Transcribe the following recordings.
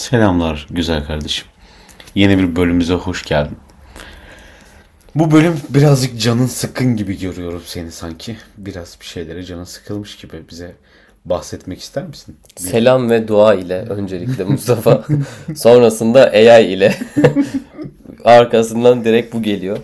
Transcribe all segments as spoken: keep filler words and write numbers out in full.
Selamlar güzel kardeşim. Yeni bir bölümümüze hoş geldin. Bu bölüm birazcık canın sıkkın gibi görüyorum seni sanki. Biraz bir şeylere canın sıkılmış gibi, bize bahsetmek ister misin? Selam ve dua ile öncelikle Mustafa. Sonrasında A I ile. Arkasından direkt bu geliyor.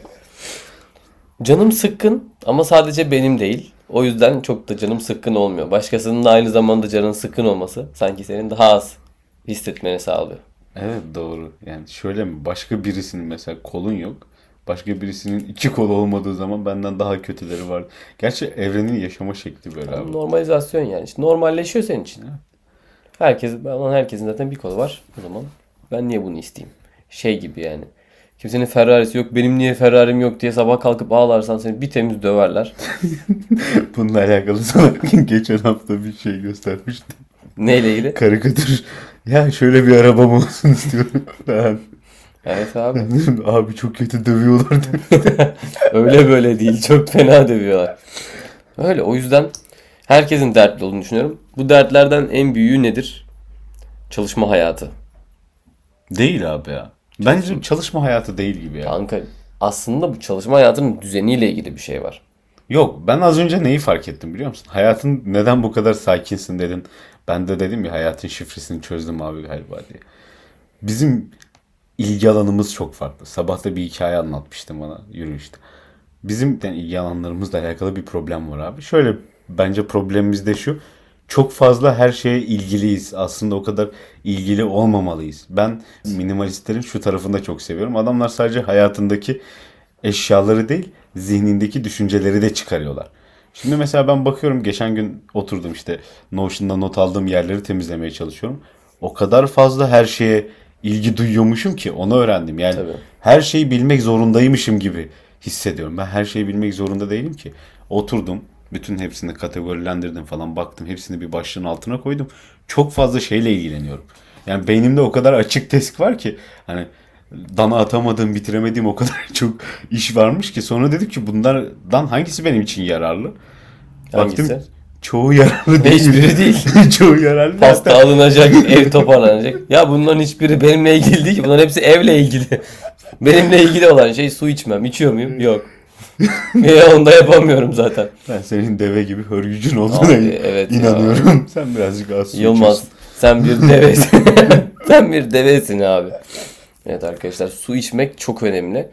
Canım sıkkın ama sadece benim değil. O yüzden çok da canım sıkkın olmuyor. Başkasının da aynı zamanda canın sıkkın olması sanki senin daha az hissetmeni sağlıyor. Evet, doğru. Yani şöyle mi? Başka birisinin mesela kolun yok. Başka birisinin iki kolu olmadığı zaman benden daha kötüleri var. Gerçi evrenin yaşama şekli böyle abi. Normalizasyon yani. İşte normalleşiyor senin için. Herkes, olan herkesin zaten bir kolu var. O zaman ben niye bunu isteyeyim? Şey gibi yani. Kimsenin Ferrari'si yok, benim niye Ferrari'm yok diye sabah kalkıp ağlarsan seni bir temiz döverler. Bununla alakalı sana geçen hafta bir şey göstermiştim. Neyle ilgili? Karikatür. Ya şöyle bir arabam olsun istiyorum. Ben. Evet abi. Abi çok kötü dövüyorlar. Öyle böyle değil. Çok fena dövüyorlar. Öyle, o yüzden herkesin dertli olduğunu düşünüyorum. Bu dertlerden en büyüğü nedir? Çalışma hayatı. Değil abi ya. Bence çalışma hayatı değil gibi ya. Kanka aslında bu çalışma hayatının düzeniyle ilgili bir şey var. Yok, ben az önce neyi fark ettim biliyor musun? Hayatın neden bu kadar sakinsin dedin. Ben de dedim ya, hayatın şifresini çözdüm abi galiba diye. Bizim ilgi alanımız çok farklı. Sabah da bir hikaye anlatmıştım bana yürüyüşte. Bizim yani ilgi alanlarımızla alakalı bir problem var abi. Şöyle, bence problemimiz de şu. Çok fazla her şeye ilgiliyiz. Aslında o kadar ilgili olmamalıyız. Ben minimalistlerin şu tarafını da çok seviyorum. Adamlar sadece hayatındaki eşyaları değil, zihnindeki düşünceleri de çıkarıyorlar. Şimdi mesela ben bakıyorum, geçen gün oturdum işte Notion'da not aldığım yerleri temizlemeye çalışıyorum. O kadar fazla her şeye ilgi duyuyormuşum ki onu öğrendim. Yani Tabii. her şeyi bilmek zorundaymışım gibi hissediyorum. Ben her şeyi bilmek zorunda değilim ki. Oturdum, bütün hepsini kategorilendirdim falan, baktım, hepsini bir başlığın altına koydum. Çok fazla şeyle ilgileniyorum. Yani beynimde o kadar açık desk var ki hani dana atamadığım, bitiremediğim o kadar çok iş varmış ki sonra dedim ki bunlardan hangisi benim için yararlı? Hangisi? Baktım çoğu yararlı değil. Hiçbiri değil. Çoğu yararlı. Pasta alınacak, ev toparlanacak. Ya bunların hiçbiri benimle ilgili değil ki. Bunların hepsi evle ilgili. Benimle ilgili olan şey su içmem. İçiyor muyum? Yok. Ya onu da yapamıyorum zaten. Ben senin deve gibi hörgücün olduğuna Abi, evet inanıyorum. Ya. Sen birazcık az su Yılmaz, içiyorsun. sen bir devesin. Sen bir devesin abi. Evet arkadaşlar, su içmek çok önemli.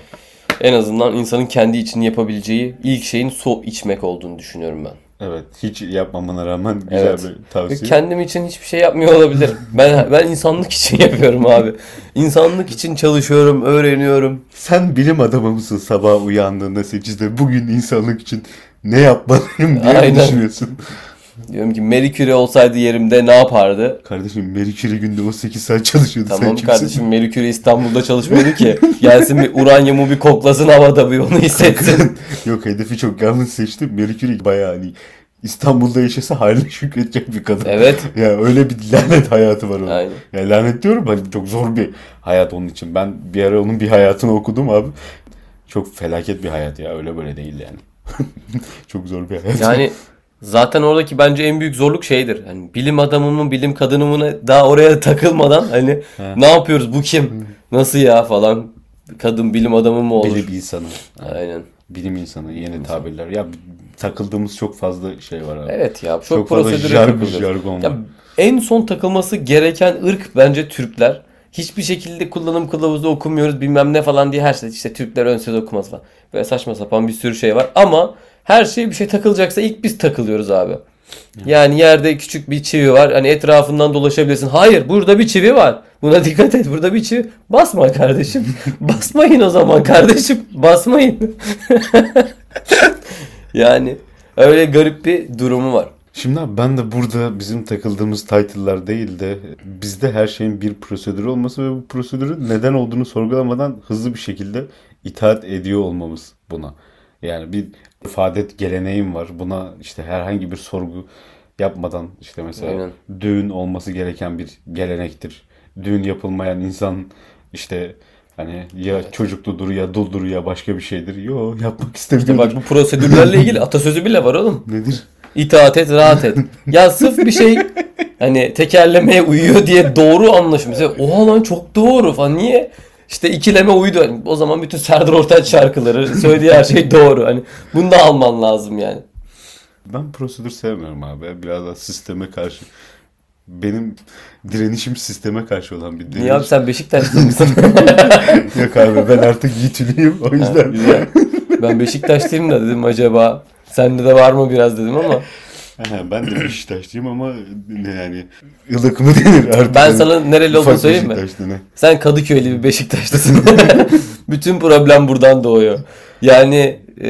En azından insanın kendi için yapabileceği ilk şeyin su içmek olduğunu düşünüyorum ben. Evet, hiç yapmamana rağmen güzel Evet. bir tavsiye. Kendim için hiçbir şey yapmıyor olabilirim. Ben ben insanlık için yapıyorum abi. İnsanlık için çalışıyorum, öğreniyorum. Sen bilim adamı mısın, sabah uyandığında sekizde bugün insanlık için ne yapmalıyım diye Aynen. düşünüyorsun? Diyorum ki Marie Curie olsaydı yerimde ne yapardı? Kardeşim, Marie Curie günde on sekiz saat çalışıyordu. Tamam Sen kimsin? kardeşim, Marie Curie İstanbul'da çalışmıyordu ki. Gelsin bir uranyumu bir koklasın havada, bir onu hissetsin. Yok, hedefi çok yanlış seçti. Marie Curie bayağı hani İstanbul'da yaşasa haline şükredecek bir kadın. Evet. Ya öyle bir lanet hayatı var onun. Aynen. Ya lanet diyorum, hani çok zor bir hayat onun için. Ben bir ara onun bir hayatını okudum abi. Çok felaket bir hayat ya, öyle böyle değil yani. Çok zor bir hayat. Yani zaten oradaki bence en büyük zorluk şeydir. Hani bilim adamı mı, bilim kadını mı, daha oraya takılmadan hani ne yapıyoruz, bu kim, nasıl ya falan, kadın bilim adamı mı olur? Bilim insanı. Aynen. Bilim insanı, yeni tabirler. Ya takıldığımız çok fazla şey var abi. Evet ya, çok, Çok fazla prosedüre jargon, takılıyoruz. jargon var. Ya en son takılması gereken ırk bence Türkler. Hiçbir şekilde kullanım kılavuzu okumuyoruz bilmem ne falan diye her şey. İşte Türkler ön söz okumaz falan. Böyle saçma sapan bir sürü şey var. Ama her şeye bir şey takılacaksa ilk biz takılıyoruz abi. Yani yerde küçük bir çivi var. Hani etrafından dolaşabilirsin. Hayır, burada bir çivi var. Buna dikkat et. Burada bir çivi. Basma kardeşim. Basmayın o zaman kardeşim. Basmayın. Yani öyle garip bir durumu var. Şimdi abi, ben de burada bizim takıldığımız title'lar değil de bizde her şeyin bir prosedürü olması ve bu prosedürün neden olduğunu sorgulamadan hızlı bir şekilde itaat ediyor olmamız buna. Yani bir ifadet geleneğim var. Buna işte herhangi bir sorgu yapmadan, işte mesela Aynen. düğün olması gereken bir gelenektir. Düğün yapılmayan insan işte hani ya çocukludur ya duldur ya başka bir şeydir. Yo, yapmak istemiyorum. Bak, bu prosedürlerle ilgili atasözü bile var oğlum. Nedir? İtaat et, rahat et. Ya sırf bir şey hani tekerlemeye uyuyor diye doğru anlaşılmış. Mesela oha lan çok doğru falan. Niye? İşte ikileme uydu. Hani o zaman bütün Serdar Ortaç şarkıları, söylediği her şey doğru. Hani bunu da alman lazım yani. Ben prosedür sevmiyorum abi. Biraz daha sisteme karşı. Benim direnişim sisteme karşı olan bir direniş. Niye abi sen Beşiktaşlı mısın? Yok abi ben artık Yiğit'liyim o yüzden. Ha, güzel. Ben Beşiktaşlıyım da dedim acaba sende de var mı biraz dedim ama. Ha, ben de Beşiktaşlıyım ama ne yani ılık mı denir artık. Ben yani, sana nereli olduğunu ufak söyleyeyim mi? Beşiktaşlı ne? Sen Kadıköylü bir Beşiktaşlısın. Bütün problem buradan doğuyor. Yani e,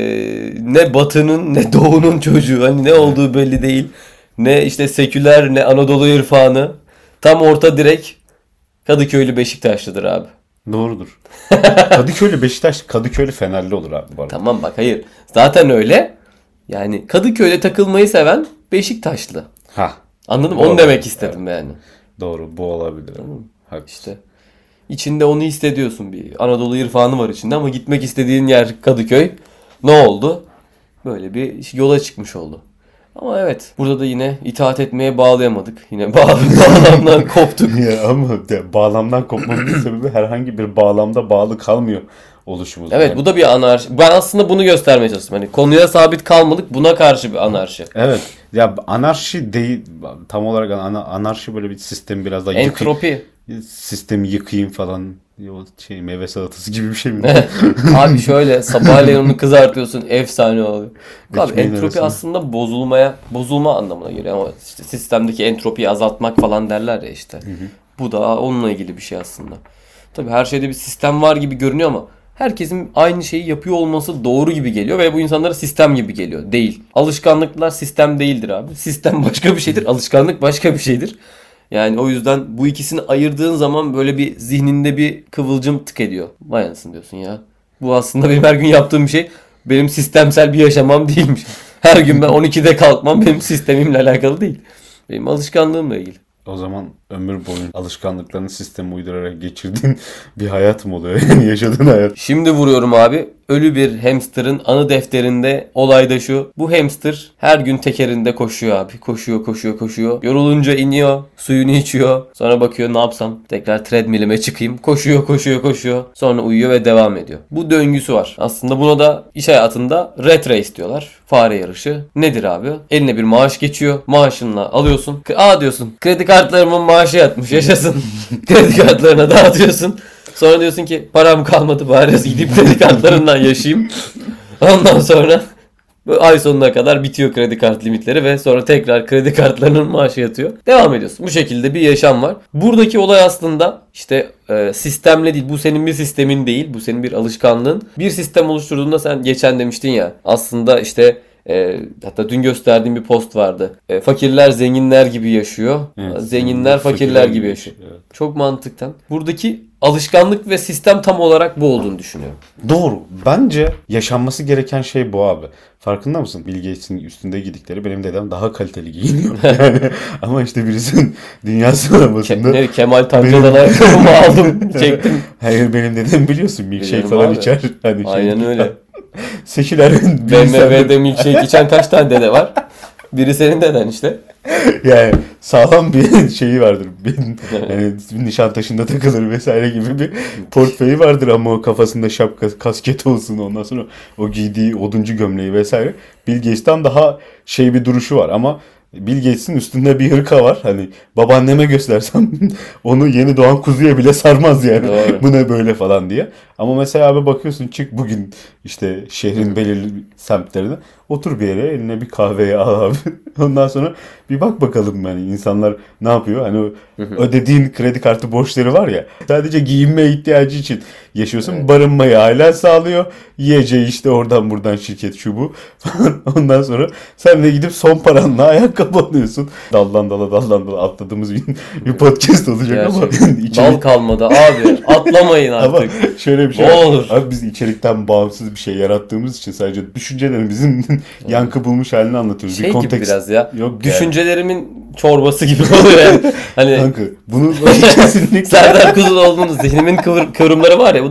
ne Batı'nın ne Doğu'nun çocuğu. Hani ne olduğu belli değil. Ne işte seküler ne Anadolu irfanı. Tam orta direk Kadıköylü Beşiktaşlıdır abi. Doğrudur. Kadıköylü Beşiktaş, Kadıköylü Fenerli olur abi bu arada. Tamam bak hayır. Zaten öyle. Yani Kadıköy'de takılmayı seven Beşiktaşlı. Ha. Anladın mı? Bu Onu olabilir, demek istedim yani. Doğru bu olabilir. Tamam mı? Haklısın. İşte içinde onu hissediyorsun. Bir Anadolu irfanı var içinde ama gitmek istediğin yer Kadıköy. Ne oldu? Böyle bir yola çıkmış oldu. Ama evet burada da yine itaat etmeye bağlayamadık. Yine bağ bağlamdan koptuk. Ya ama de, bağlamdan kopmamızın sebebi herhangi bir bağlamda bağlı kalmıyor oluşumuz. Evet yani. bu da bir anarşi. Ben aslında bunu göstermeye çalıştım. Hani konuya sabit kalmadık. Buna karşı bir anarşi. Evet. Ya anarşi değil tam olarak ana, anarşi böyle bir sistemi biraz daha yıkayım. Entropi. Sistemi yıkayım falan. O şey meyve salatası gibi bir şey mi? Abi şöyle sabahleyin onu kızartıyorsun efsane oluyor. Abi Ekmeğin entropi arasına. aslında bozulmaya, bozulma anlamına geliyor ama işte sistemdeki entropiyi azaltmak falan derler ya işte. Bu da onunla ilgili bir şey aslında. Tabii her şeyde bir sistem var gibi görünüyor ama herkesin aynı şeyi yapıyor olması doğru gibi geliyor ve bu insanlara sistem gibi geliyor. Değil. Alışkanlıklar sistem değildir abi. Sistem başka bir şeydir, alışkanlık başka bir şeydir. Yani o yüzden bu ikisini ayırdığın zaman böyle bir zihninde bir kıvılcım tık ediyor. Vay anasını diyorsun ya. Bu aslında benim her gün yaptığım bir şey. Benim sistemsel bir yaşamam değilmiş. Her gün ben on ikide kalkmam benim sistemimle alakalı değil. Benim alışkanlığımla ilgili. O zaman ömür boyu alışkanlıklarını sisteme uydurarak geçirdiğin bir hayat mı oluyor? Yani yaşadığın hayat. Şimdi vuruyorum abi. Ölü bir hamsterın anı defterinde olay da şu. Bu hamster her gün tekerinde koşuyor abi. Koşuyor, koşuyor, koşuyor. Yorulunca iniyor, suyunu içiyor. Sonra bakıyor ne yapsam? Tekrar treadmill'ime çıkayım. Koşuyor, koşuyor, koşuyor. Sonra uyuyor ve devam ediyor. Bu döngüsü var. Aslında buna da iş hayatında rat race diyorlar. Fare yarışı. Nedir abi? Eline bir maaş geçiyor. Maaşınla alıyorsun. Aa diyorsun. Kredi kartlarımın maaşı yatmış. Yaşasın. Kredi kartlarına dağıtıyorsun. Sonra diyorsun ki param kalmadı bari gidip kredi kartlarından yaşayayım. Ondan sonra ay sonuna kadar bitiyor kredi kart limitleri ve sonra tekrar kredi kartlarının maaşı yatıyor. Devam ediyorsun. Bu şekilde bir yaşam var. Buradaki olay aslında işte e, sistemle değil. Bu senin bir sistemin değil. Bu senin bir alışkanlığın. Bir sistem oluşturduğunda sen geçen demiştin ya aslında işte E, hatta dün gösterdiğim bir post vardı. E, fakirler zenginler gibi yaşıyor. Evet, Zenginler fakirler gibi yaşıyor. Evet. Çok mantıktan. Buradaki alışkanlık ve sistem tam olarak bu olduğunu düşünüyorum. Doğru. Bence yaşanması gereken şey bu abi. Farkında mısın? Bill Gates'in üstünde giydikleri benim dedem daha kaliteli giyiniyor. Yani, ama işte birisinin dünya sıralamasında... Ke- ne, Kemal Tanca'dan ayakkabımı aldım. Çektim. Hayır benim dedem biliyorsun milkshake Biliyorum falan abi. içer. Hani Aynen şey, öyle. Seküler bir B M insan- W'de milkshake içen kaç tane dede var? Biri senin deden işte. Yani sağlam bir şeyi vardır. Bir, yani Nişantaşı'nda takılır vesaire gibi bir portföyü vardır ama o kafasında şapka, kasket olsun ondan sonra o giydiği oduncu gömleği vesaire. Bill Gates'ten daha şey bir duruşu var ama Bill Gates'in üstünde bir hırka var. Hani babaanneme göstersem onu yeni doğan kuzuya bile sarmaz yani. Doğru. Bu ne böyle falan diye. Ama mesela abi bakıyorsun çık bugün işte şehrin belirli semtlerine otur bir yere eline bir kahveyi al abi. Ondan sonra bir bak bakalım yani insanlar ne yapıyor? Hani o ödediğin kredi kartı borçları var ya sadece giyinme ihtiyacı için yaşıyorsun. Evet. Barınmayı hala sağlıyor. Yiyeceği işte oradan buradan şirket şu bu. Ondan sonra sen de gidip son paranla ayakkabı alıyorsun. Daldan dala daldan dala atladığımız bir, bir podcast olacak ama Gerçekten. içerik- Bal kalmadı abi. Atlamayın ama artık. şöyle bir şey Ne var. olur. Abi biz içerikten bağımsız bir şey yarattığımız için sadece düşüncelerimizin yankı bulmuş halini anlatıyoruz. Şey bir gibi kontekst biraz ya. yok yani. Düşüncelerimin çorbası gibi oluyor yani. Hani Kanka bunu kesinlikle Serdar Kuzuloğlu'nun zihnimin kıvır, kıvrımları var ya bu da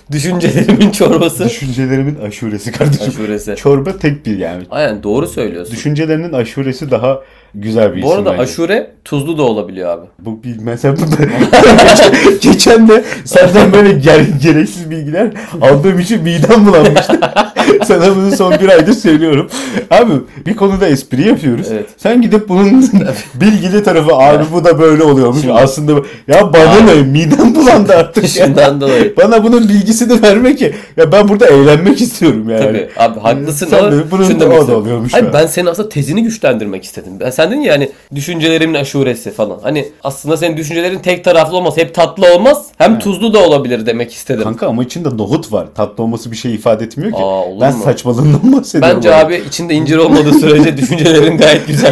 Düşüncelerimin çorbası. Düşüncelerimin aşuresi kardeşim. Aşuresi. Çorba tek bir yani. Aynen doğru söylüyorsun. Düşüncelerinin aşuresi daha güzel bir Bu isim arada bence. aşure tuzlu da olabiliyor abi. Bu bir mesela bu da geçen, geçen de senden böyle ger, gereksiz bilgiler aldığım için midem bulanmıştı. Sana bunu son bir aydır söylüyorum. Abi bir konuda espri yapıyoruz. Evet. Sen gidip bunun bilgili tarafı abi bu da böyle oluyormuş. Şimdi- Aslında bu- ya bana ne midem bulandı artık. ya. Şundan dolayı. Bana bunun bilgisini verme ki. Ya ben burada eğlenmek istiyorum yani. Tabii abi haklısın Sen ama de bunun şunu da demek o da istedim. oluyormuş. Hayır ya. ben senin aslında tezini güçlendirmek istedim. Ben sen dedin ya hani düşüncelerimin aşuresi falan. Hani aslında senin düşüncelerin tek taraflı olmaz. Hep tatlı olmaz. Hem Evet. tuzlu da olabilir demek istedim. Kanka ama içinde nohut var. Tatlı olması bir şey ifade etmiyor ki. Aa, olur ben mu? saçmalığından bahsediyorum. Bence abi içinde incir olmadığı sürece düşüncelerin gayet güzel.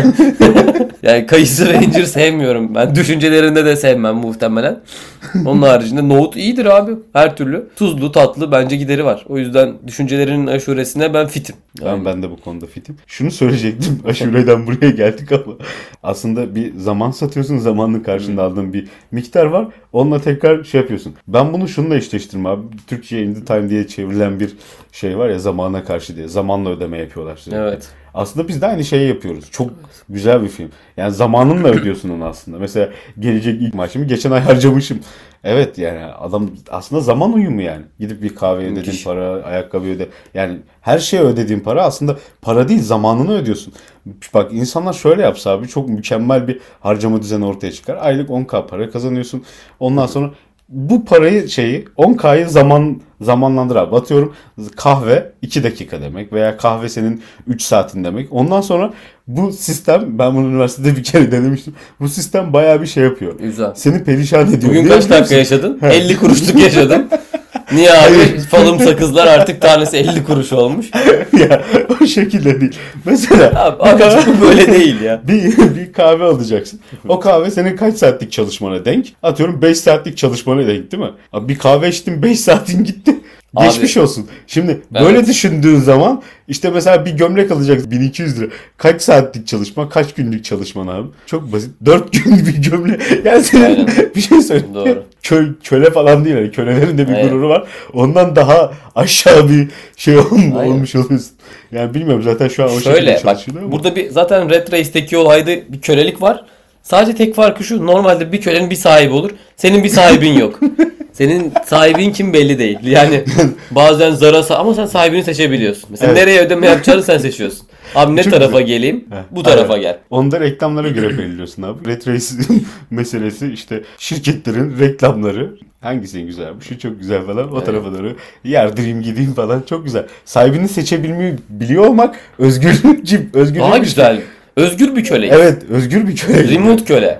Yani kayısı ve incir sevmiyorum. Ben düşüncelerinde de sevmem muhtemelen. Onun haricinde nohut iyidir abi. Her türlü. Tuzlu tatlı bence gideri var. O yüzden düşüncelerinin aşuresine ben fitim. Ben, ben de bu konuda fitim. Şunu söyleyecektim. Aşureden buraya geldik ama aslında bir zaman satıyorsun. Zamanın karşında aldığın bir miktar var. Onunla tekrar şey yapıyorsun. Ben bunu şununla eşleştirme abi. Türkçe'ye in the time diye çevrilen bir şey var ya zamana karşı diye. Zamanla ödeme yapıyorlar sürekli. Evet. Aslında biz de aynı şeyi yapıyoruz. Çok güzel bir film. Yani zamanınla ödüyorsun onu aslında. Mesela gelecek ilk maaşımı geçen ay harcamışım. Evet yani adam aslında zaman uyumu yani. Gidip bir kahveye ödediğin Müthiş. para, ayakkabı öde. Yani her şeye ödediğin para aslında para değil zamanını ödüyorsun. Bak insanlar şöyle yapsa abi çok mükemmel bir harcama düzeni ortaya çıkar. Aylık on bin para kazanıyorsun. Ondan sonra bu parayı şeyi on K'yı zaman zamanlandır abi. Atıyorum kahve iki dakika demek veya kahve senin üç saatin demek. Ondan sonra bu sistem ben bunu üniversitede bir kere denemiştim. Bu sistem bayağı bir şey yapıyor. Güzel. Seni perişan ediyor. Bugün Niye kaç biliyor dakika musun? yaşadın? He. elli kuruşluk yaşadım. Niye abi? Falım sakızlar artık tanesi elli kuruş olmuş. Ya o şekilde değil. Mesela Abi, abi bu böyle değil ya. bir, bir kahve alacaksın. O kahve senin kaç saatlik çalışmana denk? Atıyorum beş saatlik çalışmana denk değil mi? Abi bir kahve içtin beş saatin gitti. Abi- Geçmiş olsun. Şimdi Evet. böyle düşündüğün zaman işte mesela bir gömlek alacaksın bin iki yüz lira. Kaç saatlik çalışma, kaç günlük çalışman abi? Çok basit. dört gün bir gömlek. Yani senin Aynen. bir şey söyleyeyim. Doğru. Kö, köle falan değil. Yani kölelerin de bir Aynen. gururu var. Ondan daha aşağı bir şey ol- Aynen. olmuş oluyorsun. Yani bilmiyorum zaten şu an o şekilde Şöyle bak çalışılıyor ama. burada bir zaten Red Race'teki olayda bir kölelik var. Sadece tek farkı şu normalde bir kölenin bir sahibi olur. Senin bir sahibin yok. Senin sahibin kim belli değil. Yani bazen zara sa- ama sen sahibini seçebiliyorsun. Mesela Evet. nereye ödeme yapacağını sen seçiyorsun. Abi ne Çok tarafa güzel. geleyim? Heh, Bu tarafa aynen. gel. Onda reklamlara göre belirliyorsun abi. Red Race'in meselesi işte şirketlerin reklamları. Hangisi en güzel? Şu çok güzel falan. O Evet. tarafa doğru yardırayım gideyim falan. Çok güzel. Sahibini seçebilmeyi biliyor olmak özgürlük. özgürlük Daha güzel. Özgür bir köle. Evet, özgür bir köle. Remote köle.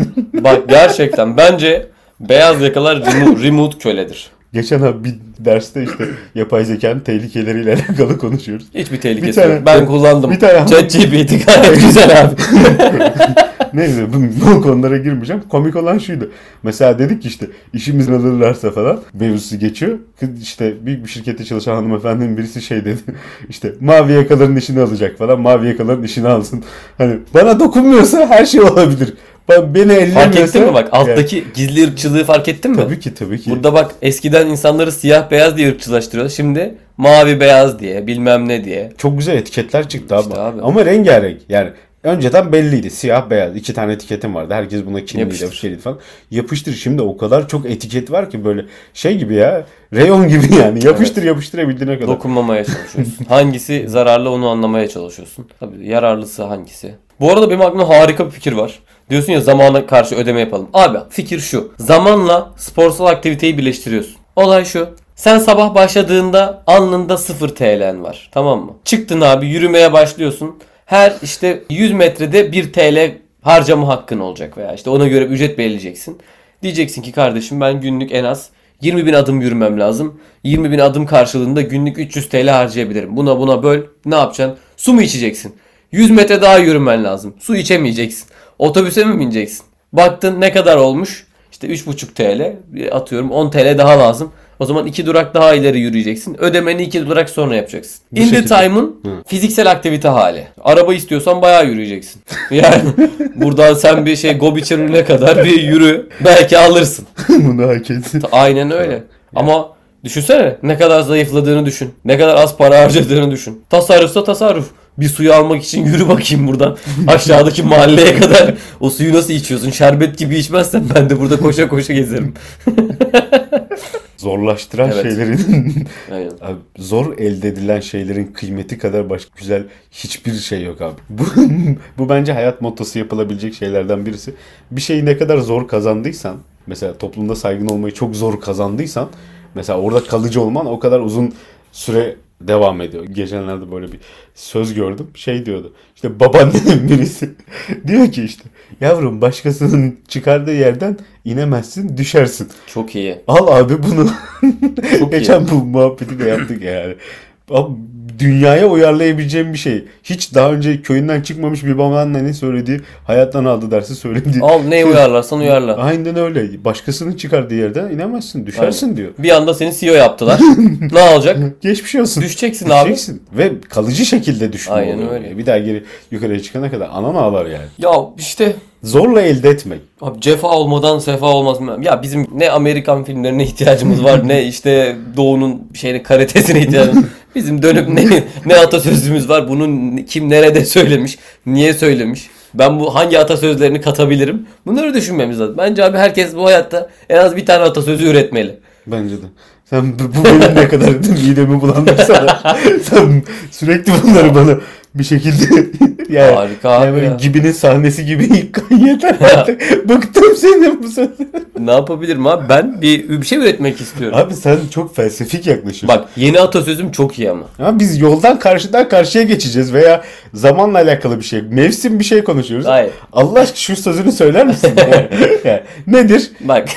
Bak gerçekten bence beyaz yakalar remote, remote köledir. Geçen abi bir derste işte yapay zekanın tehlikeleriyle alakalı konuşuyoruz. Hiçbir tehlikesi Bir tane- yok. Ben kullandım. bir tane- ChatGPT gayet güzel abi. Neyse bu, bu konulara girmeyeceğim. Komik olan şuydu. Mesela dedik ki işte işimizden alırlarsa falan mevzusu geçiyor. Kız işte büyük bir şirkette çalışan hanımefendinin birisi şey dedi. İşte mavi yakaların işini alacak falan. Mavi yakaların işini alsın. Hani bana dokunmuyorsa her şey olabilir. Ben, beni ellemiyorsa. Fark ettin mi bak Yani, alttaki gizli ırkçılığı fark ettin mi? tabii ki tabii ki. Burada bak eskiden insanları siyah beyaz diye ırkçılaştırıyorlar. Şimdi mavi beyaz diye bilmem ne diye. Çok güzel etiketler çıktı abi. İşte abi. Ama rengarenk. Yani önceden belliydi. Siyah beyaz. İki tane etiketim vardı. Herkes buna kinliydi. Yapıştır. Şeydi falan. Yapıştır. Şimdi o kadar çok etiket var ki böyle şey gibi ya. Reyon gibi yani. Yapıştır yapıştırabildiğine kadar. Dokunmamaya çalışıyorsun. Hangisi zararlı onu anlamaya çalışıyorsun. Tabii yararlısı hangisi. Bu arada benim aklımda harika bir fikir var. Diyorsun ya zamana karşı ödeme yapalım. Abi fikir şu. Zamanla sporsal aktiviteyi birleştiriyorsun. Olay şu. Sen sabah başladığında alnında sıfır T L'en var. Tamam mı? Çıktın abi yürümeye başlıyorsun. Her işte yüz metrede bir T L harcama hakkın olacak veya işte ona göre bir ücret belirleyeceksin. Diyeceksin ki kardeşim ben günlük en az yirmi bin adım yürümem lazım. yirmi bin adım karşılığında günlük üç yüz T L harcayabilirim. Buna buna böl. Ne yapacaksın? Su mu içeceksin? yüz metre daha yürümen lazım. Su içemeyeceksin. Otobüse mi bineceksin? Baktın ne kadar olmuş? İşte üç buçuk T L. Atıyorum on T L daha lazım. O zaman iki durak daha ileri yürüyeceksin. Ödemeni iki durak sonra yapacaksın. Bu In the şekilde. time'ın Hı. fiziksel aktivite hali. Araba istiyorsan bayağı yürüyeceksin. Yani buradan sen bir şey Gobiçer'ine kadar bir yürü. Belki alırsın. Bunu hak etsin. Aynen öyle. Ama Düşünsene ne kadar zayıfladığını düşün. Ne kadar az para harcadığını düşün. Tasarrufsa tasarruf. Bir suyu almak için yürü bakayım buradan. Aşağıdaki mahalleye kadar. O suyu nasıl içiyorsun? Şerbet gibi içmezsen ben de burada koşa koşa gezerim. Zorlaştıran Evet. şeylerin Aynen. abi, zor elde edilen şeylerin kıymeti kadar başka güzel hiçbir şey yok abi. Bu, bu bence hayat mottosu yapılabilecek şeylerden birisi. Bir şeyi ne kadar zor kazandıysan, mesela toplumda saygın olmayı çok zor kazandıysan, mesela orada kalıcı olman o kadar uzun süre devam ediyor. Geçenlerde böyle bir söz gördüm. Şey diyordu. İşte babaannemin birisi diyor ki işte yavrum başkasının çıkardığı yerden inemezsin, düşersin. Çok iyi. Al abi bunu. Çok Geçen iyi. bu muhabbeti de yaptık yani. Abi, dünyaya uyarlayabileceğim bir şey. Hiç daha önce köyünden çıkmamış bir babaannenin söylediği, hayattan aldığı dersi söylediği. Al neyi uyarlarsan uyarla. Aynen öyle. Başkasının çıkardığı yerden inemezsin, düşersin Aynen. diyor. Bir anda seni C E O yaptılar. Ne olacak? Geçmiş olsun. Düşeceksin abi. Düşeceksin. Ve kalıcı şekilde düşme Aynen oluyor. öyle. Bir daha geri yukarıya çıkana kadar anan ağlar yani. Ya işte Zorla elde etmek. abi cefa olmadan sefa olmaz mı? Ya bizim ne Amerikan filmlerine ihtiyacımız var ne işte Doğu'nun şeyine karatesine ihtiyacımız var. Bizim dönüp ne, ne atasözümüz var? Bunun kim nerede söylemiş? Niye söylemiş? Ben bu hangi atasözlerini katabilirim? Bunları düşünmemiz lazım. Bence abi herkes bu hayatta en az bir tane atasözü üretmeli. Bence de. Sen bu bu benim ne kadar midemi bulandırsa da sen sürekli bunları bana bir şekilde yani, Harika yani abi böyle ya. Gibi'nin sahnesi gibi yıkan yeter artık. Bıktım senin bu sözü. Ne yapabilirim abi? Ben bir, bir şey üretmek istiyorum. Abi sen çok felsefik yaklaşıyorsun. Bak yeni atasözüm çok iyi ama. Ama biz yoldan karşıdan karşıya geçeceğiz veya zamanla alakalı bir şey, mevsim bir şey konuşuyoruz. Hayır. Allah aşkına şu sözünü söyler misin? Yani, yani nedir? Bak.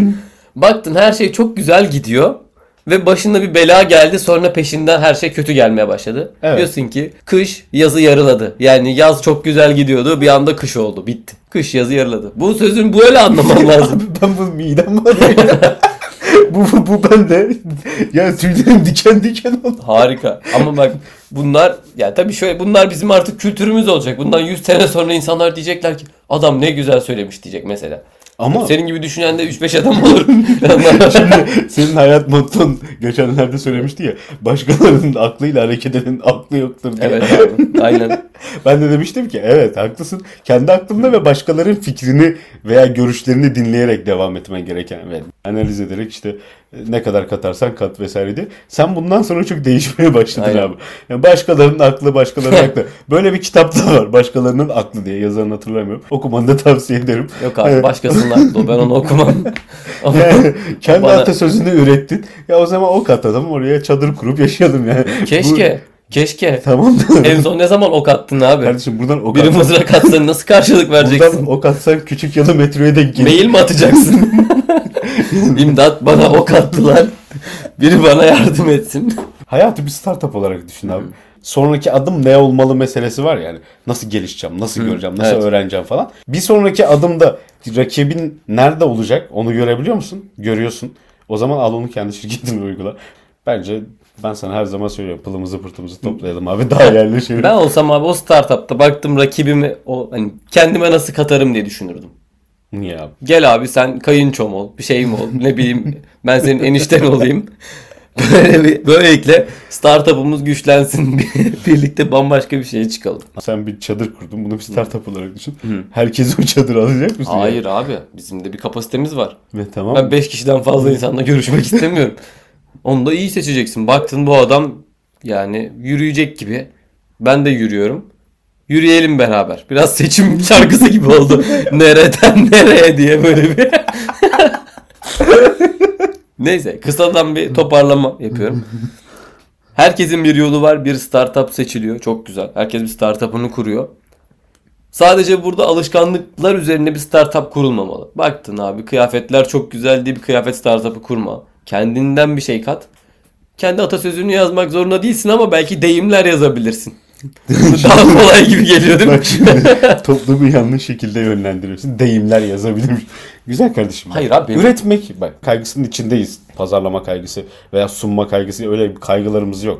Baktın her şey çok güzel gidiyor. Ve başına bir bela geldi, sonra peşinden her şey kötü gelmeye başladı. Evet. Diyorsun ki kış yazı yarıladı. Yani yaz çok güzel gidiyordu, bir anda kış oldu, bitti. Kış yazı yarıladı. Bu sözün böyle anlaman lazım. Abi ben bu midem var ya. bu, bu, bu bende. Ya tüylerim diken diken oldu. Harika. Ama bak bunlar ya tabii şöyle, bunlar bizim artık kültürümüz olacak. Bundan yüz sene sonra insanlar diyecekler ki adam ne güzel söylemiş diyecek mesela. Ama Senin gibi düşünen de üç beş adam olur. şimdi senin hayat motton geçenlerde söylemişti ya. Başkalarının aklıyla hareket edenin aklı yoktur diye. Evet abi. Aynen. Ben de demiştim ki evet haklısın. Kendi aklımda ve başkalarının fikrini veya görüşlerini dinleyerek devam etmen gereken ve analiz ederek işte ne kadar katarsan kat vesaire diye. Sen bundan sonra çok değişmeye başladın Aynen. abi. Yani başkalarının aklı, başkalarının aklı. Böyle bir kitap da var. Başkalarının aklı diye, yazarını hatırlamıyorum. Okumanı da tavsiye ederim. Yok abi başkasının aklı o. Ben onu okumam. Ama Yani kendi Bana- atasözünü ürettin. Ya o zaman ok atalım oraya çadır kurup yaşayalım yani. keşke. Keşke. Bu, tamam da. En son ne zaman ok attın abi? Kardeşim buradan ok Biri atsan, mızrak atsa nasıl karşılık vereceksin? buradan ok atsan küçük yalı metroya denk gelir. Mail mi atacaksın? İmdat bana ok attılar. Biri bana yardım etsin. Hayatı bir startup olarak düşün abi. Sonraki adım ne olmalı meselesi var yani. Nasıl gelişeceğim, nasıl göreceğim, nasıl evet. öğreneceğim falan. Bir sonraki adımda rakibin nerede olacak onu görebiliyor musun? Görüyorsun. O zaman al onu kendi şirketine uygula. Bence ben sana her zaman söylüyorum. Pılımızı pırtımızı toplayalım abi. Daha yerleşelim. Ben olsam abi o startupta baktım rakibimi o hani kendime nasıl katarım diye düşünürdüm. Niye abi? Gel abi sen kayınçom ol, bir şeyim ol, ne bileyim ben senin enişten olayım. Böyle bir, böylelikle startup'ımız güçlensin. Birlikte bambaşka bir şeye çıkalım. Sen bir çadır kurdun. Bunu bir startup olarak düşün. Herkes o çadırı alacak mısın? Hayır abi bizim de bir kapasitemiz var. Ve tamam. Ben beş kişiden fazla insanla görüşmek istemiyorum. Onu da iyi seçeceksin. Baktın bu adam yani yürüyecek gibi. Ben de yürüyorum. Yürüyelim beraber. Biraz seçim şarkısı gibi oldu. Nereden nereye diye böyle bir. Neyse kısadan bir toparlama yapıyorum. Herkesin bir yolu var. Bir startup seçiliyor. Çok güzel. Herkes bir startup'ını kuruyor. Sadece burada alışkanlıklar üzerine bir startup kurulmamalı. Baktın abi kıyafetler çok güzel diye bir kıyafet startup'ı kurma. Kendinden bir şey kat. Kendi atasözünü yazmak zorunda değilsin ama belki deyimler yazabilirsin. Daha kolay gibi geliyor değil mi? Bak şimdi toplumu yanlış şekilde yönlendiriyorsun. Deyimler yazabilirmiş. Güzel kardeşim. Hayır abi. Üretmek bak kaygısının içindeyiz. Pazarlama kaygısı veya sunma kaygısı öyle bir kaygılarımız yok.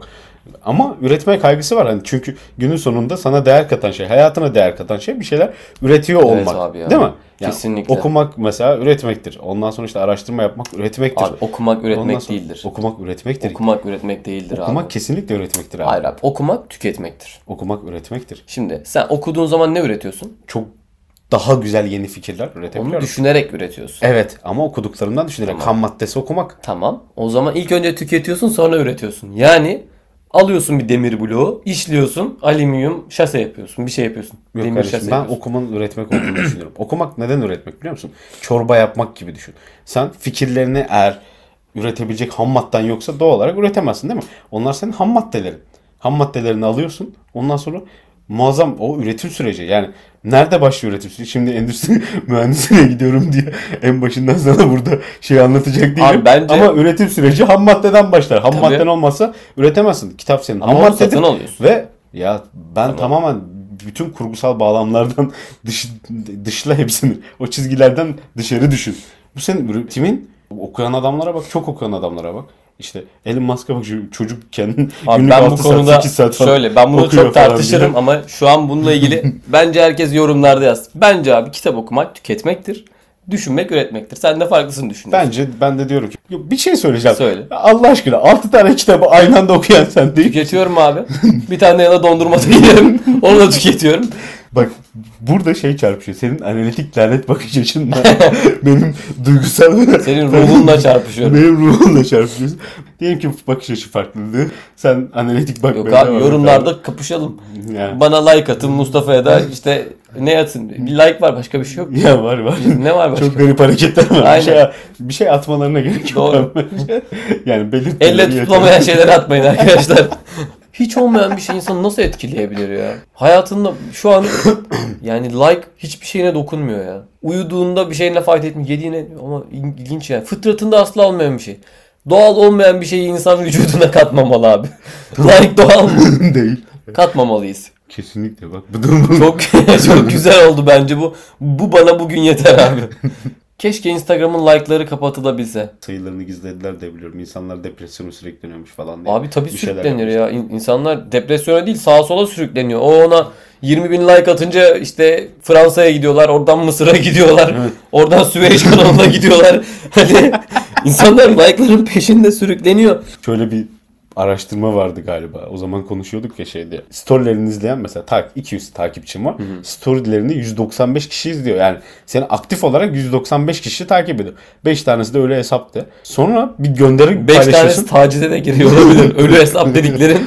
Ama üretme kaygısı var. Hani çünkü günün sonunda sana değer katan şey, hayatına değer katan şey bir şeyler üretiyor Evet olmak. abi ya. Değil mi? Yani Kesinlikle. okumak mesela üretmektir. Ondan sonra işte araştırma yapmak üretmektir. Abi okumak Ondan üretmek sonra- değildir. Okumak üretmektir. Okumak üretmek değildir Okumak abi. kesinlikle üretmektir abi. Hayır abi. Okumak tüketmektir. Okumak üretmektir. Şimdi sen okuduğun zaman ne üretiyorsun? Çok daha güzel yeni fikirler Onu üretebiliyorum. düşünerek üretiyorsun. Evet ama okuduklarımdan düşünerek Tamam. ham maddesi okumak. Tamam. O zaman ilk önce tüketiyorsun sonra üretiyorsun. Yani alıyorsun bir demir bloğu, işliyorsun, alüminyum şase yapıyorsun, bir şey yapıyorsun. Yok demir kardeşim, şase ben yapıyorsun. okumanın üretmek olduğunu düşünüyorum. Okumak neden üretmek biliyor musun? Çorba yapmak gibi düşün. Sen fikirlerini eğer üretebilecek ham madden yoksa doğal olarak üretemezsin değil mi? Onlar senin ham maddelerin. Ham maddelerini alıyorsun. Ondan sonra muazzam o üretim süreci. Yani nerede başlıyor üretim süreci? Şimdi endüstri mühendisliğine gidiyorum diye en başından sana burada şey anlatacak değilim. Abi bence- Ama üretim süreci ham maddeden başlar. Ham Tabii. madden olmazsa üretemezsin. Kitap senin. Ama ham onu maddedir. satın alıyorsun. Ve ya ben Tamam. tamamen bütün kurgusal bağlamlardan dış, dışla hepsini. O çizgilerden dışarı düşün. Bu senin üretimin. Okuyan adamlara bak. Çok okuyan adamlara bak. İşte Elon Musk'a bak, şu çocuk kendin Abi günlük ben bu altı saat, konuda sekiz saat falan şöyle ben bunu okuyor çok falan tartışırım diye. ama şu an bununla ilgili bence herkes yorumlarda yaz. Bence abi kitap okumak tüketmektir. Düşünmek üretmektir. Sen de farklısını düşünüyorsun. Bence ben de diyorum ki Yo, bir şey söyleyeceğim. Söyle. Allah aşkına altı tane kitabı aynı anda okuyan sen değil. Tüketiyorum abi. Bir tane de yana dondurma da yerim. Onu da tüketiyorum. Bak burada şey çarpışıyor. Senin analitik lanet bakış açınla benim duygusal Senin ruhunla çarpışıyorum. benim ruhumla çarpışıyorsun. Diyelim ki bakış açı farklıydı. Sen analitik bakmaya Yok abi devam et yorumlarda kapışalım. abi. Yani. Bana like atın, Mustafa'ya da işte ne atın? Bir like var, başka bir şey yok. Ya var var. Ne var başka? Çok garip hareketler var. Bir Aynen. şey, bir şey atmalarına gerek yok. Doğru. Bence. Yani belirtmeleri Elle yeter. tutulamayan şeyleri atmayın arkadaşlar. Hiç olmayan bir şey insanı nasıl etkileyebilir ya? Hayatında şu an yani like hiçbir şeyine dokunmuyor ya. Uyuduğunda bir şeyine fayda etmiyor. Yediğine ama ilginç yani. Fıtratında asla olmayan bir şey. Doğal olmayan bir şeyi insan vücuduna katmamalı abi. Like doğal mı? Değil. Katmamalıyız. Kesinlikle bak. Bu durum Çok çok güzel oldu bence bu. Bu bana bugün yeter abi. Keşke Instagram'ın like'ları kapatılabilse. sayılarını gizlediler de biliyorum. İnsanlar depresyona sürükleniyormuş falan diye. Abi tabii Bir şeyler sürüklenir yapmışlar. ya. İn- İnsanlar depresyona değil sağa sola sürükleniyor. O ona yirmi bin like atınca işte Fransa'ya gidiyorlar. Oradan Mısır'a gidiyorlar. Evet. Oradan Süveyş kanalına gidiyorlar. Hani insanlar like'ların peşinde sürükleniyor. Şöyle bir araştırma vardı galiba. O zaman konuşuyorduk ya şeyde. Storylerini izleyen mesela tak iki yüz takipçim var. Storylerini yüz doksan beş kişi izliyor. Yani seni aktif olarak yüz doksan beş kişi takip ediyor. beş tanesi de öyle hesaptı. Sonra bir gönderi beş paylaşıyorsun. tanesi tacide de giriyor olabilir. Ölü hesap dediklerin.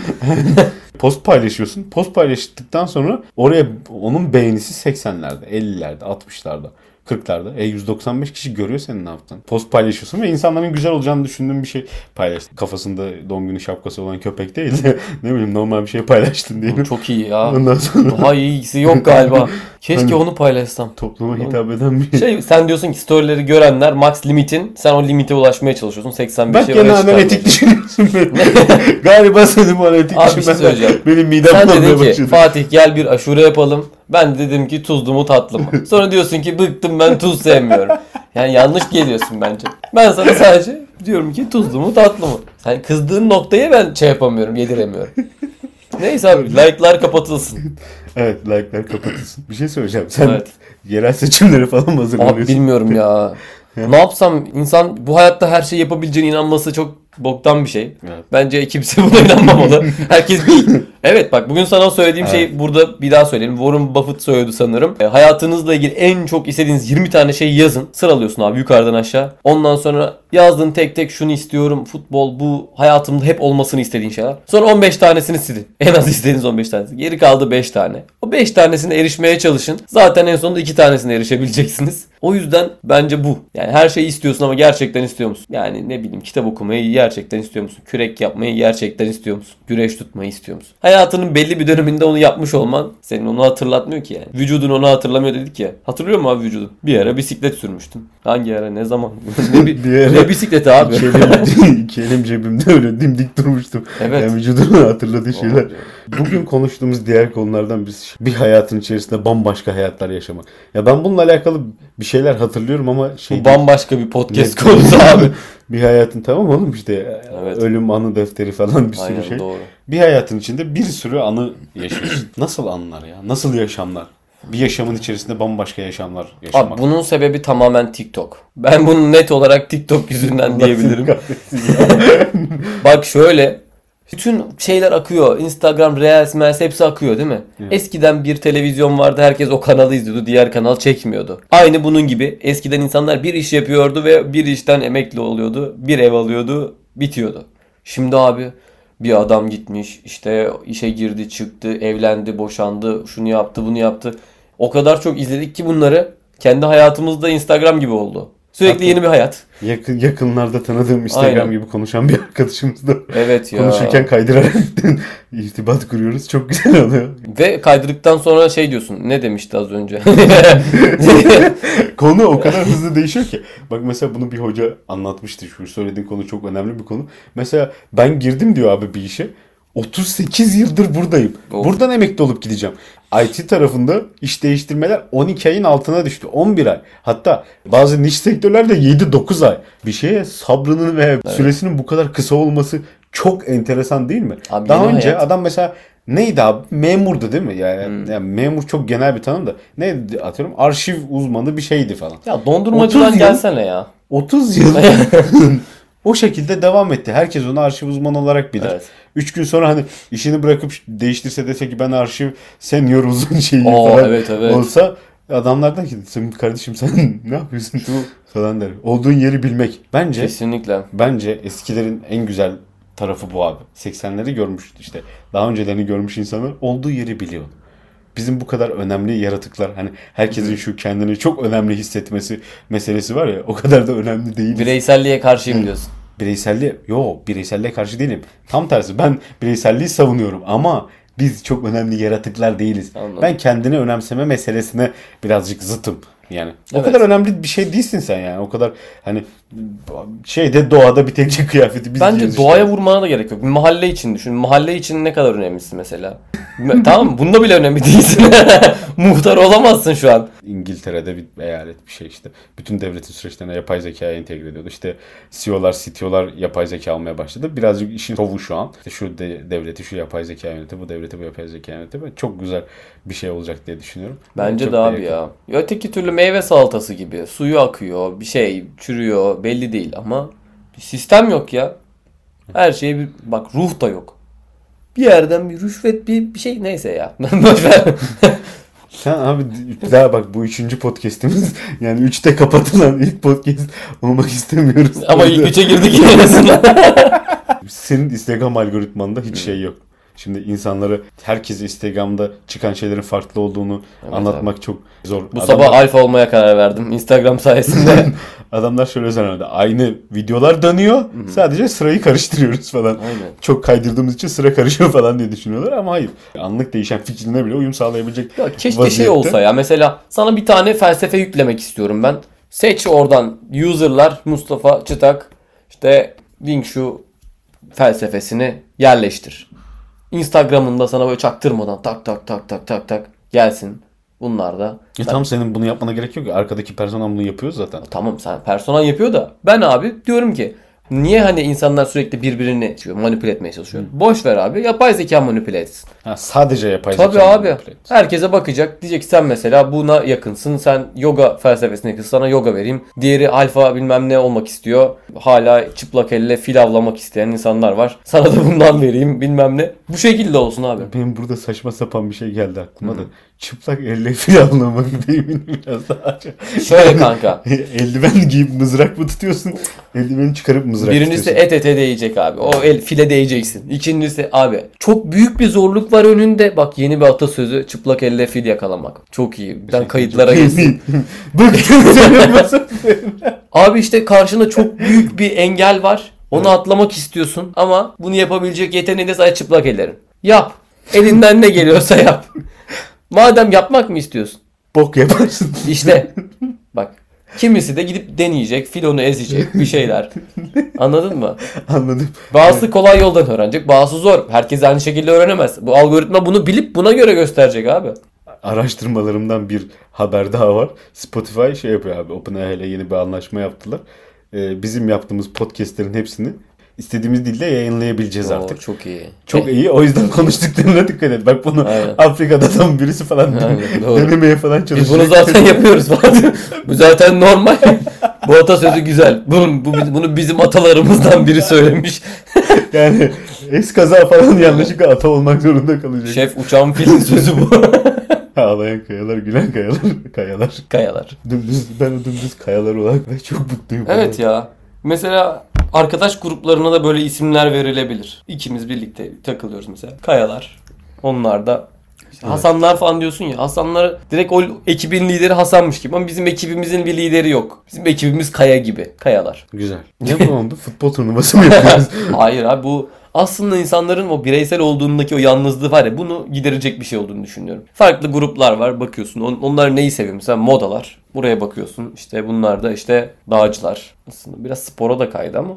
Post paylaşıyorsun. Post paylaştıktan sonra oraya onun beğenisi seksenlerde, ellilerde, altmışlarda, kırklarda. E yüz doksan beş kişi görüyor senin ne yaptığını. Post paylaşıyorsun ve insanların güzel olacağını düşündüğün bir şey paylaştın. Kafasında doğum günü şapkası olan köpek değil de ne bileyim normal bir şey paylaştın diyelim. Çok iyi ya. Ondan sonra Daha iyisi yok galiba. Keşke Hani- onu paylaşsam. topluma hitap eden bir Şey sen diyorsun ki storyleri görenler max limitin. Sen o limite ulaşmaya çalışıyorsun. seksen Bak beşe gene oraya çıkarmaya analitik çalışıyorsun. düşünüyorsun beni. Galiba senin bu analitik Abi bir şey düşünmen söyleyeceğim. benim midem Sen bulanmaya dedin ki başladı. Fatih gel bir aşure yapalım. Ben dedim ki tuzlu mu tatlı mı? Sonra diyorsun ki bıktım ben tuz sevmiyorum. Yani yanlış geliyorsun bence. Ben sana sadece diyorum ki tuzlu mu tatlı mı? Sen kızdığın noktaya ben şey yapamıyorum, yediremiyorum. Neyse abi like'lar kapatılsın. Evet, like'lar kapatılsın. Bir şey söyleyeceğim. Sen Evet. yerel seçimleri falan mı Abi hazırlanıyorsun? bilmiyorum ya. Ne yapsam insan bu hayatta her şey yapabileceğine inanması çok boktan bir şey. Evet. Bence kimse buna inanmamalı. Herkes bir... Evet bak bugün sana söylediğim Evet. şey burada bir daha söyleyeyim. Warren Buffett söyledi sanırım. E, hayatınızla ilgili en çok istediğiniz yirmi tane şeyi yazın. Sıralıyorsun abi yukarıdan aşağı. Ondan sonra yazdığın tek tek şunu istiyorum. Futbol bu hayatımda hep olmasını istediğin şeyler. Sonra on beş tanesini silin. En az istediğiniz on beş tanesi. Geri kaldı beş tane. O beş tanesine erişmeye çalışın. Zaten en sonunda iki tanesine erişebileceksiniz. O yüzden bence bu. Yani her şeyi istiyorsun ama gerçekten istiyor musun? Yani ne bileyim kitap okumayı gerçekten istiyor musun? Kürek yapmayı gerçekten istiyor musun? Güreş tutmayı istiyor musun? Hayatının belli bir döneminde onu yapmış olman senin onu hatırlatmıyor ki yani. Vücudun onu hatırlamıyor dedik ya. Hatırlıyor musun abi vücudun? Bir ara bisiklet sürmüştüm. Hangi ara ne zaman? ne, bi- Bir ara- ne bisikleti abi? İki elim, iki elim cebimde öyle dimdik durmuştum. Evet. Yani vücudumu hatırladığı şeyler. Bugün konuştuğumuz diğer konulardan birisi bir hayatın içerisinde bambaşka hayatlar yaşamak. Ya ben bununla alakalı bir şeyler hatırlıyorum ama şey Bu değil. bambaşka bir podcast Net- konusu abi. Bir hayatın tamam oğlum işte Evet. ölüm anı defteri falan bir sürü Aynen şey. doğru. Bir hayatın içinde bir sürü anı yaşıyorsun. Nasıl anılar ya? Nasıl yaşamlar? Bir yaşamın içerisinde bambaşka yaşamlar yaşamak. Abi bunun sebebi tamamen TikTok. Ben bunu net olarak TikTok yüzünden diyebilirim. Bak şöyle. Bütün şeyler akıyor. Instagram, Reels, Meels hepsi akıyor değil mi? Evet. Eskiden bir televizyon vardı. Herkes o kanalı izliyordu. Diğer kanal çekmiyordu. Aynı bunun gibi. Eskiden insanlar bir iş yapıyordu ve bir işten emekli oluyordu. Bir ev alıyordu. Bitiyordu. Şimdi abi bir adam gitmiş. İşte işe girdi, çıktı, evlendi, boşandı. Şunu yaptı, bunu yaptı. O kadar çok izledik ki bunları. Kendi hayatımızda Instagram gibi oldu. Sürekli Hatta- yeni bir hayat. Yakın, yakınlarda tanıdığım Instagram Aynen. gibi konuşan bir arkadaşımız da Evet ya. konuşurken kaydırarak irtibat kuruyoruz. Çok güzel oluyor. Ve kaydırdıktan sonra şey diyorsun. Ne demişti az önce? Konu o kadar hızlı değişiyor ki. Bak mesela bunu bir hoca anlatmıştı. Şu söylediğin konu çok önemli bir konu. Mesela ben girdim diyor abi bir işe. otuz sekiz yıldır buradayım. Of. Buradan emekli olup gideceğim. I T tarafında iş değiştirmeler on iki ayın altına düştü. on bir ay. Hatta bazı niş sektörlerde yedi dokuz ay. Bir şeye sabrının ve süresinin bu kadar kısa olması çok enteresan değil mi? Abi Daha yeni önce hayat. adam mesela neydi abi? Memurdu değil mi? Yani, Hmm. yani memur çok genel bir tanım da. Neydi atıyorum? Arşiv uzmanı bir şeydi falan. Ya dondurmacıdan otuz yıl- gelsene ya. otuz yıl o şekilde devam etti. Herkes onu arşiv uzmanı olarak bilir. Evet. üç gün sonra hani işini bırakıp değiştirse dese ki ben arşiv senior uzun şeyi Oo, falan evet, evet. olsa adamlardan ki "Sen kardeşim sen ne yapıyorsun falan der. Olduğun yeri bilmek. Bence Kesinlikle. bence eskilerin en güzel tarafı bu abi. seksenleri görmüş işte. Daha öncelerini görmüş insanlar olduğu yeri biliyor. Bizim bu kadar önemli yaratıklar hani herkesin şu kendini çok önemli hissetmesi meselesi var ya o kadar da önemli değil. Bireyselliğe karşıyım diyorsun. Bireyselliğe, yo bireyselliğe karşı değilim. Tam tersi ben bireyselliği savunuyorum ama biz çok önemli yaratıklar değiliz. Anladım. Ben kendini önemseme meselesine birazcık zıtım. Yani o Evet. kadar önemli bir şey değilsin sen yani. O kadar hani şeyde doğada bir tek kıyafeti biz Bence giyiyoruz doğaya işte. vurmana da gerek yok. Mahalle için düşün. Mahalle için ne kadar önemlisin mesela. Tamam mı? Bunda bile önemli değilsin. Muhtar olamazsın şu an. İngiltere'de bir eyalet bir şey işte. Bütün devletin süreçlerine yapay zekaya entegre ediyordu. İşte C E O'lar, C T O'lar yapay zeka almaya başladı. Birazcık işin şovu şu an. İşte şu de, devleti şu yapay zeka yöneti, bu devleti bu yapay zeka yöneti. Ben çok güzel bir şey olacak diye düşünüyorum. Bence Çok de da abi yakın. ya. Öteki türlü meyve salatası gibi. Suyu akıyor, bir şey çürüyor belli değil ama bir sistem yok ya. Her şeye bir bak ruh da yok. Bir yerden bir rüşvet bir, bir şey neyse ya. Boş ver. Sen abi daha bak bu üçüncü podcast'imiz yani üçte kapatılan ilk podcast olmak istemiyoruz. Ama ilk üçe girdik yine en azından. Senin Instagram algoritmanda hiç şey yok. Şimdi insanları herkes Instagram'da çıkan şeylerin farklı olduğunu Evet anlatmak çok zor. Bu Adamlar- sabah alfa olmaya karar verdim Instagram sayesinde. Adamlar şöyle söylüyordu. Aynı videolar dönüyor. Sadece sırayı karıştırıyoruz falan. Aynen. Çok kaydırdığımız için sıra karışıyor falan diye düşünüyorlar ama hayır. Anlık değişen fikrine bile uyum sağlayabilecek Ya keşke şey vaziyette. olsa ya. Mesela sana bir tane felsefe yüklemek istiyorum ben. Seç oradan user'lar Mustafa Çıtak işte Wing Chun felsefesini yerleştir. Instagram'ında sana böyle çaktırmadan tak tak tak tak tak tak gelsin. Bunlar da. E tamam senin bunu yapmana gerek yok. Arkadaki personel bunu yapıyor zaten. Tamam sen personel yapıyor da ben abi diyorum ki niye hani insanlar sürekli birbirini manipüle etmeye çalışıyor? Boş ver abi. Yapay zeka manipüle etsin. Ha, sadece yapay Tabii zeka abi. manipüle ediyor. Herkese bakacak. Diyecek ki sen mesela buna yakınsın. Sen yoga felsefesine yakınsın. Sana yoga vereyim. Diğeri alfa bilmem ne olmak istiyor. Hala çıplak elle fil avlamak isteyen insanlar var. Sana da bundan vereyim bilmem ne. Bu şekilde olsun abi. Benim burada saçma sapan bir şey geldi aklıma da. Çıplak elle fil avlamak deyimini biraz daha aç. Şöyle kanka. Eldiven giyip mızrak mı tutuyorsun? Eldiveni çıkarıp mızrak Birincisi tutuyorsun. et ete değecek abi. O el file değeceksin. İkincisi abi çok büyük bir zorluk var önünde. Bak yeni bir atasözü çıplak elle fil yakalamak. Çok iyi. Ben kayıtlara geçsin. Bıktım senin bu sözlerinden. Abi işte karşında çok büyük bir engel var. Onu atlamak istiyorsun ama bunu yapabilecek yeteneğin de sadece çıplak ellerin. Yap. Elinden ne geliyorsa yap. Madem yapmak mı istiyorsun? Bok yaparsın. İşte bak kimisi de gidip deneyecek, filonu ezecek bir şeyler. Anladın mı? Anladım. Bazısı kolay yoldan öğrenecek, bazısı zor. Herkes aynı şekilde öğrenemez. Bu algoritma bunu bilip buna göre gösterecek abi. Araştırmalarımdan bir haber daha var. Spotify şey yapıyor abi. OpenAI ile yeni bir anlaşma yaptılar. e, bizim yaptığımız podcastlerin hepsini istediğimiz dilde yayınlayabileceğiz Oo, artık. çok iyi. Çok Eh, iyi. O yüzden konuştuklarına dikkat et. Bak bunu Aynen. Afrika'da adam birisi falan Aynen, doğru. denemeye falan çalışıyor. Biz bunu zaten yapıyoruz falan. Bu zaten normal. Bu atasözü güzel. Bunu, bu, bunu bizim atalarımızdan biri söylemiş. Yani eskaza falan yanlışlıkla ata olmak zorunda kalacak. Şef uçan filin sözü bu. Ağlayan kayalar, gülen kayalar, kayalar. Kayalar. Dümdüz, ben o dümdüz kayalar olarak ve çok mutluyum. Evet ya. Mesela arkadaş gruplarına da böyle isimler verilebilir. İkimiz birlikte takılıyoruz mesela. Kayalar. Onlar da işte Evet. Hasanlar falan diyorsun ya. Hasanlar direkt o ekibin lideri Hasanmış gibi ama bizim ekibimizin bir lideri yok. Bizim ekibimiz Kaya gibi. Kayalar. Güzel. Ne bu oldu? Futbol turnuvası mı yapıyoruz? Hayır abi, bu aslında insanların o bireysel olduğundaki o yalnızlığı var ya, bunu giderecek bir şey olduğunu düşünüyorum. Farklı gruplar var, bakıyorsun on, onlar neyi seviyor? Mesela modalar. Buraya bakıyorsun işte bunlar da işte dağcılar. Aslında biraz spora da kaydı ama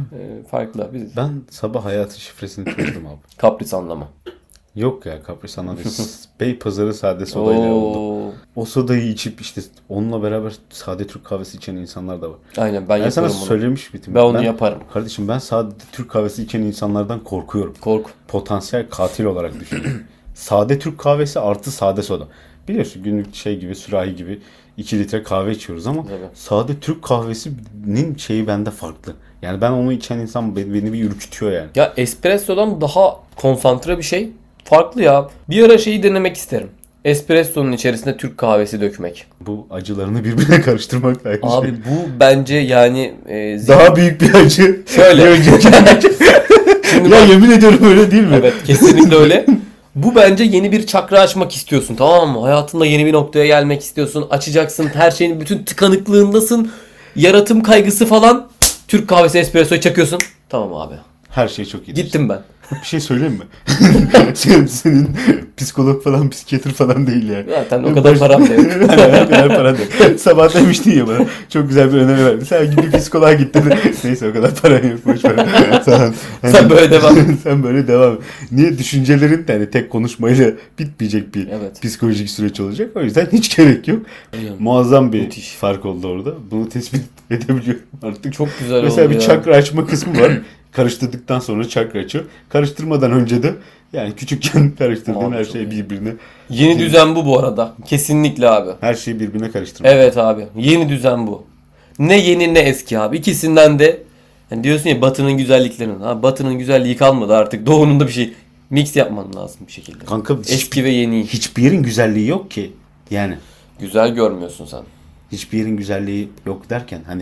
e, farklı. Biz Ben sabah hayatın şifresini çözdüm abi. kapris anlama. Yok ya kapris anladınız. Beypazarı sade sodayla oldu. Oo. O sodayı içip işte onunla beraber sade Türk kahvesi içen insanlar da var. Aynen, ben Ben sana yaparım bunu. söylemiş bitim. Ben onu yaparım. Kardeşim ben sade Türk kahvesi içen insanlardan korkuyorum. Korku. Potansiyel katil olarak düşünüyorum. Sade Türk kahvesi artı sade soda. Biliyorsun günlük şey gibi sürahi gibi iki litre kahve içiyoruz ama Evet. sade Türk kahvesinin şeyi bende farklı. Yani ben onu içen insan beni, beni bir ürkütüyor yani. Ya espressodan daha konsantre bir şey. Farklı ya. Bir ara şeyi denemek isterim. Espresso'nun içerisine Türk kahvesi dökmek. Bu acılarını birbirine karıştırmak da aynı Abi şey. bu bence yani e, zihni- Daha büyük bir acı. Şöyle. Bir önceki acı. Şimdi Ya bak- yemin ediyorum öyle değil mi? Evet, kesinlikle öyle. Bu bence yeni bir çakra açmak istiyorsun, tamam mı? Hayatında yeni bir noktaya gelmek istiyorsun. Açacaksın, her şeyin bütün tıkanıklığındasın. Yaratım kaygısı falan. Türk kahvesi espressoyu çakıyorsun. Tamam abi. Her şey çok iyi. Gittim ben. Bir şey söyleyeyim mi? senin, senin psikolog falan, psikiyatr falan değil yani. Zaten o kadar param da yok. o kadar param da yok. Sabah demiştin ya bana. Çok güzel bir öneri verdi. Sen gibi bir psikoloğa gittin. Neyse o kadar paran yok. Boş ver. Sen, Sen böyle devam et. sen böyle devam et. Niye? Düşüncelerin de hani tek konuşmayla bitmeyecek bir Evet. psikolojik süreç olacak. O yüzden hiç gerek yok. Aynen. Muazzam bir Müthiş. fark oldu orada. Bunu tespit edebiliyorum artık. Çok güzel Mesela oldu bir ya. çakra açma kısmı var. Karıştırdıktan sonra çakra açıyor. Karıştırmadan önce de yani küçükken karıştırdığın Abi her çok şey iyi. birbirine Yeni düzen bu bu arada. Kesinlikle abi. her şeyi birbirine karıştırmak. Evet abi. Yeni düzen bu. Ne yeni ne eski abi. İkisinden de yani diyorsun ya Batı'nın güzelliklerinin. Ha, Batı'nın güzelliği kalmadı artık. Doğu'nun da bir şey mix yapman lazım bir şekilde. Kanka Eski ve yeni. hiçbir yerin güzelliği yok ki. Yani Güzel görmüyorsun sen. hiçbir yerin güzelliği yok derken hani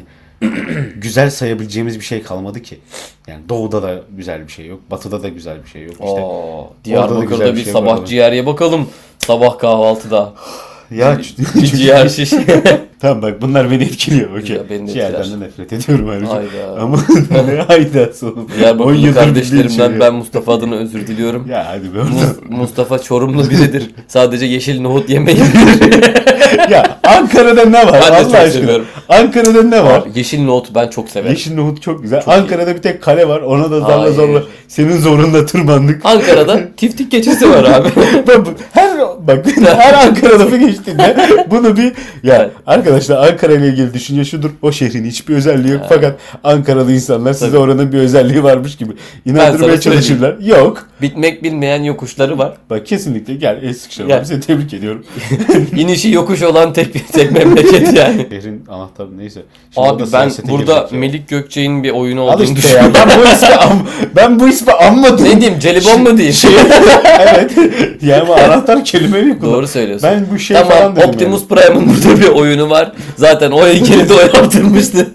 güzel sayabileceğimiz bir şey kalmadı ki. Yani doğuda da güzel bir şey yok. Batıda da güzel bir şey yok. İşte Oo, güzel Diyarbakır'da bir bir şey var sabah ama. ciğeriye bakalım. Sabah kahvaltıda. ya Bir ciğer şiş. tamam bak bunlar beni etkiliyor. Okey. Ya, beni de Ciğerden etkiler. de nefret ediyorum ayrıca. Hayda. Ama ne hayda sonum. on Diyarbakırlı yıldır bildiğin kardeşlerimden şey ben Mustafa adına özür diliyorum. ya hadi be oradan. Mus- Mustafa Çorumlu biridir. Sadece yeşil nohut yemeyi bilir. Ya Ankara'da ne var Ben de Allah çok aşkına? seviyorum. Ankara'da ne var? Abi, yeşil nohut ben çok severim. Yeşil nohut çok güzel. Çok Ankara'da bir tek kale var. Ona da zorla Hayır. zorla senin zorunda tırmandık. Ankara'da tiftik keçisi var abi. Bak, bu- her bak her Ankara lafı geçtiğinde bunu bir ya Evet. arkadaşlar Ankara ile ilgili düşünce şudur. O şehrin hiçbir özelliği yok Evet. fakat Ankaralı insanlar size Tabii. oranın bir özelliği varmış gibi inandırmaya sana söyleyeyim. çalışırlar. Yok. Bitmek bilmeyen yokuşları var. Bak kesinlikle gel Eskişehir. Gel. Seni tebrik ediyorum. İnişi yokuş olan tek, tek memleket yani. Şehrin anahtarı neyse. Şimdi o Abi da ben siyasete burada girecek ya. Melik Gökçe'nin bir oyunu Al olduğunu işte ya. düşünüyorum. Ben bu ismi am ben bu ismi anmadım. Ne diyeyim? Celibon mu diyeyim? Şey, evet. Yani bu anahtar kelime mi kullan? Doğru söylüyorsun. Ben bu şey Tamam, falan dedim. Optimus Prime'ın burada bir oyunu var. Zaten o heykeli de o yaptırmıştı.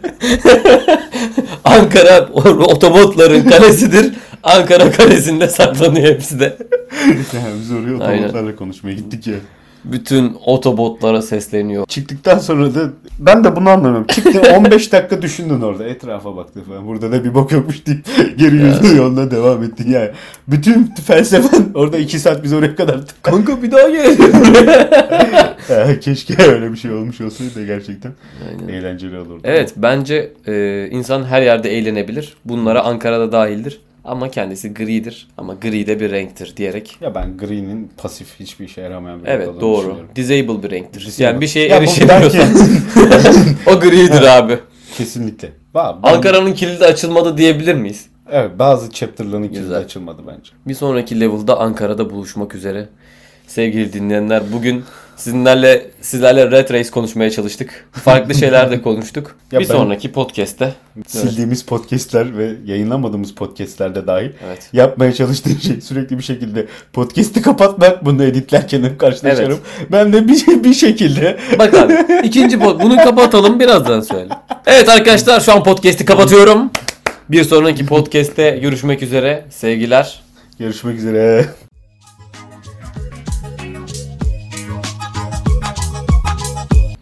Ankara otobotların kalesidir. Ankara kalesinde saklanıyor hepsi de. Yani biz oraya Aynen. otobotlarla konuşmaya gittik ya. Bütün otobotlara sesleniyor. Çıktıktan sonra da ben de bunu anlamıyorum. Çıktın on beş dakika düşündün orada. Etrafa baktın falan. Burada da bir bok yokmuş deyip geri yürüdün yoluna devam ettin yani. Bütün felsefen orada iki saat biz oraya kadar tık- Kanka bir daha gelelim. Ya, keşke öyle bir şey olmuş olsaydı gerçekten. Aynen. Eğlenceli olurdu. Evet, bence e, insan her yerde eğlenebilir. Bunlara Ankara'da dahildir. Ama kendisi gridir. Ama gri de bir renktir diyerek. Ya ben Green'in pasif hiçbir işe yaramayan bir Evet, olduğunu doğru. düşünüyorum. Disable bir renktir. Disable. Yani bir şeye Ya bu erişemiyorsan belki- o gridir abi. Kesinlikle. Ba- ben- Ankara'nın kilidi açılmadı diyebilir miyiz? Evet, bazı chapter'ların kilidi Güzel. açılmadı bence. Bir sonraki level'da Ankara'da buluşmak üzere. Sevgili dinleyenler, bugün sizinlerle sizlerle Red Race konuşmaya çalıştık. Farklı şeyler de konuştuk. Ya bir ben- sonraki podcast'te Sildiğimiz podcastler ve yayınlamadığımız podcastlerde dahil evet. yapmaya çalıştığım şey sürekli bir şekilde podcast'i kapatmak. Bunu editlerken hep karşılaşırım. Ben de bir, bir şekilde Bak abi, ikinci pod bunu kapatalım, birazdan söyle. Evet arkadaşlar, şu an podcast'i kapatıyorum. Bir sonraki podcast'te görüşmek üzere. Sevgiler. görüşmek üzere.